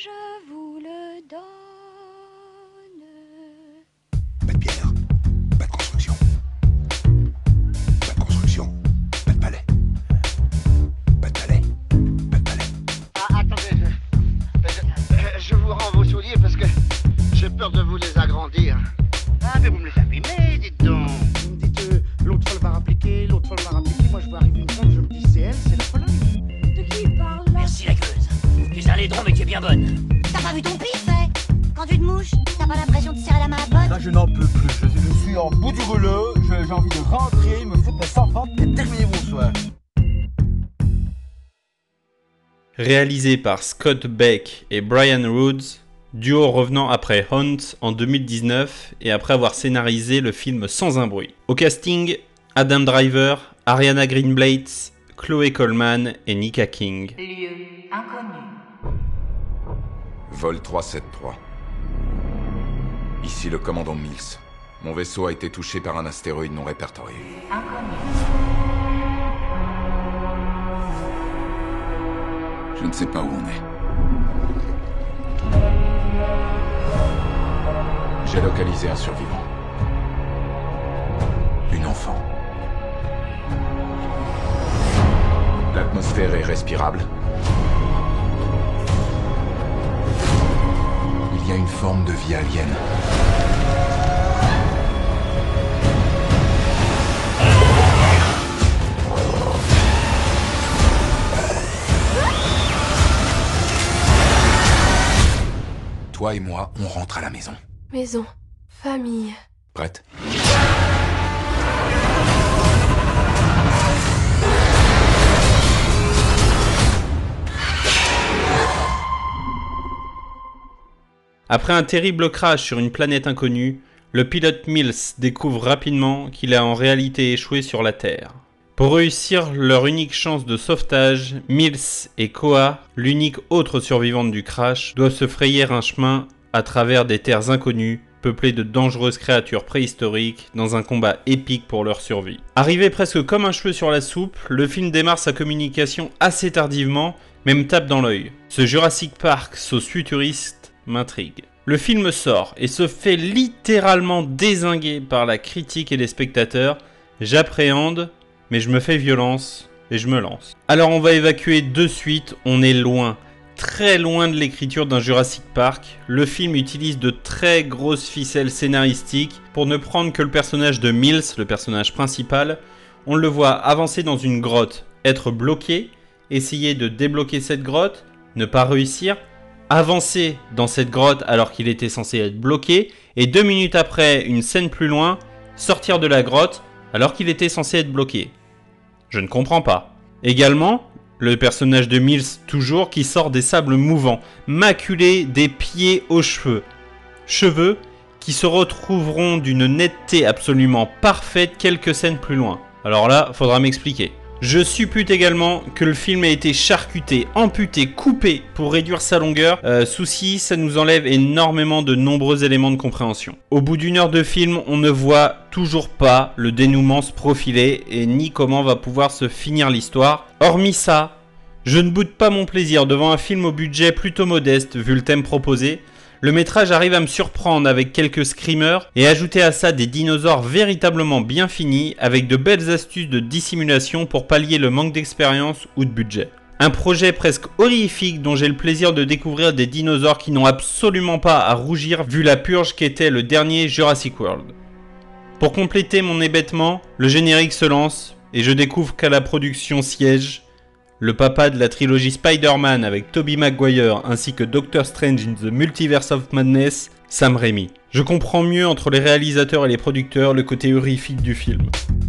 je vous le donne. Pas de pierre, pas de construction. Pas de construction, pas de palais. Pas de palais, pas de palais. Ah, attendez, je vous rends vos souliers parce que j'ai peur de vous les agrandir. Ah, mais vous me les abîmez, dites donc. Vous me dites, l'autre folle va rappliquer, l'autre folle va rappliquer. Moi, je vois arriver une femme, je me dis, c'est elle, c'est la folle. De qui il parle là? Merci la gueuse. Tu es un laidron mais tu es bien bonne. T'as pas vu ton pif, hein? Quand tu te mouches, t'as pas l'impression de serrer la main à pote? Là, je n'en peux plus. Je suis en bout du rouleau. J'ai envie de rentrer, me foutre sans fente et terminer mon soir. Réalisé par Scott Beck et Brian Rhodes, duo revenant après Hunt en 2019 et après avoir scénarisé le film Sans un bruit. Au casting, Adam Driver, Ariana Greenblatt, Chloé Coleman et Nika King. Lieu inconnu. Vol 373. Ici le commandant Mills. Mon vaisseau a été touché par un astéroïde non répertorié. Inconnu. Je ne sais pas où on est. J'ai localisé un survivant. Une enfant. L'atmosphère est respirable. Il y a une forme de vie alien. Toi et moi, on rentre à la maison. Maison, famille. Prête? Après un terrible crash sur une planète inconnue, le pilote Mills découvre rapidement qu'il a en réalité échoué sur la Terre. Pour réussir leur unique chance de sauvetage, Mills et Koa, l'unique autre survivante du crash, doivent se frayer un chemin à travers des terres inconnues, peuplées de dangereuses créatures préhistoriques, dans un combat épique pour leur survie. Arrivé presque comme un cheveu sur la soupe, le film démarre sa communication assez tardivement, mais me tape dans l'œil. Ce Jurassic Park sauce futuriste m'intrigue. Le film sort et se fait littéralement dézinguer par la critique et les spectateurs. J'appréhende, mais je me fais violence et je me lance. Alors on va évacuer de suite, on est loin, très loin de l'écriture d'un Jurassic Park. Le film utilise de très grosses ficelles scénaristiques pour ne prendre que le personnage de Mills, le personnage principal. On le voit avancer dans une grotte, être bloqué, essayer de débloquer cette grotte, ne pas réussir, avancer dans cette grotte alors qu'il était censé être bloqué, et 2 minutes après, une scène plus loin, sortir de la grotte alors qu'il était censé être bloqué. Je ne comprends pas. Également, le personnage de Mills toujours qui sort des sables mouvants, maculé des pieds aux cheveux. Cheveux qui se retrouveront d'une netteté absolument parfaite quelques scènes plus loin. Alors là, faudra m'expliquer. Je suppute également que le film a été charcuté, amputé, coupé pour réduire sa longueur. Souci, ça nous enlève énormément de nombreux éléments de compréhension. Au bout d'1 heure de film, on ne voit toujours pas le dénouement se profiler et ni comment va pouvoir se finir l'histoire. Hormis ça, je ne boude pas mon plaisir devant un film au budget plutôt modeste vu le thème proposé. Le métrage arrive à me surprendre avec quelques screamers et ajouter à ça des dinosaures véritablement bien finis avec de belles astuces de dissimulation pour pallier le manque d'expérience ou de budget. Un projet presque horrifique dont j'ai le plaisir de découvrir des dinosaures qui n'ont absolument pas à rougir vu la purge qu'était le dernier Jurassic World. Pour compléter mon hébétement, le générique se lance et je découvre qu'à la production siège le papa de la trilogie Spider-Man avec Tobey Maguire ainsi que Doctor Strange in the Multiverse of Madness, Sam Raimi. Je comprends mieux entre les réalisateurs et les producteurs le côté horrifique du film.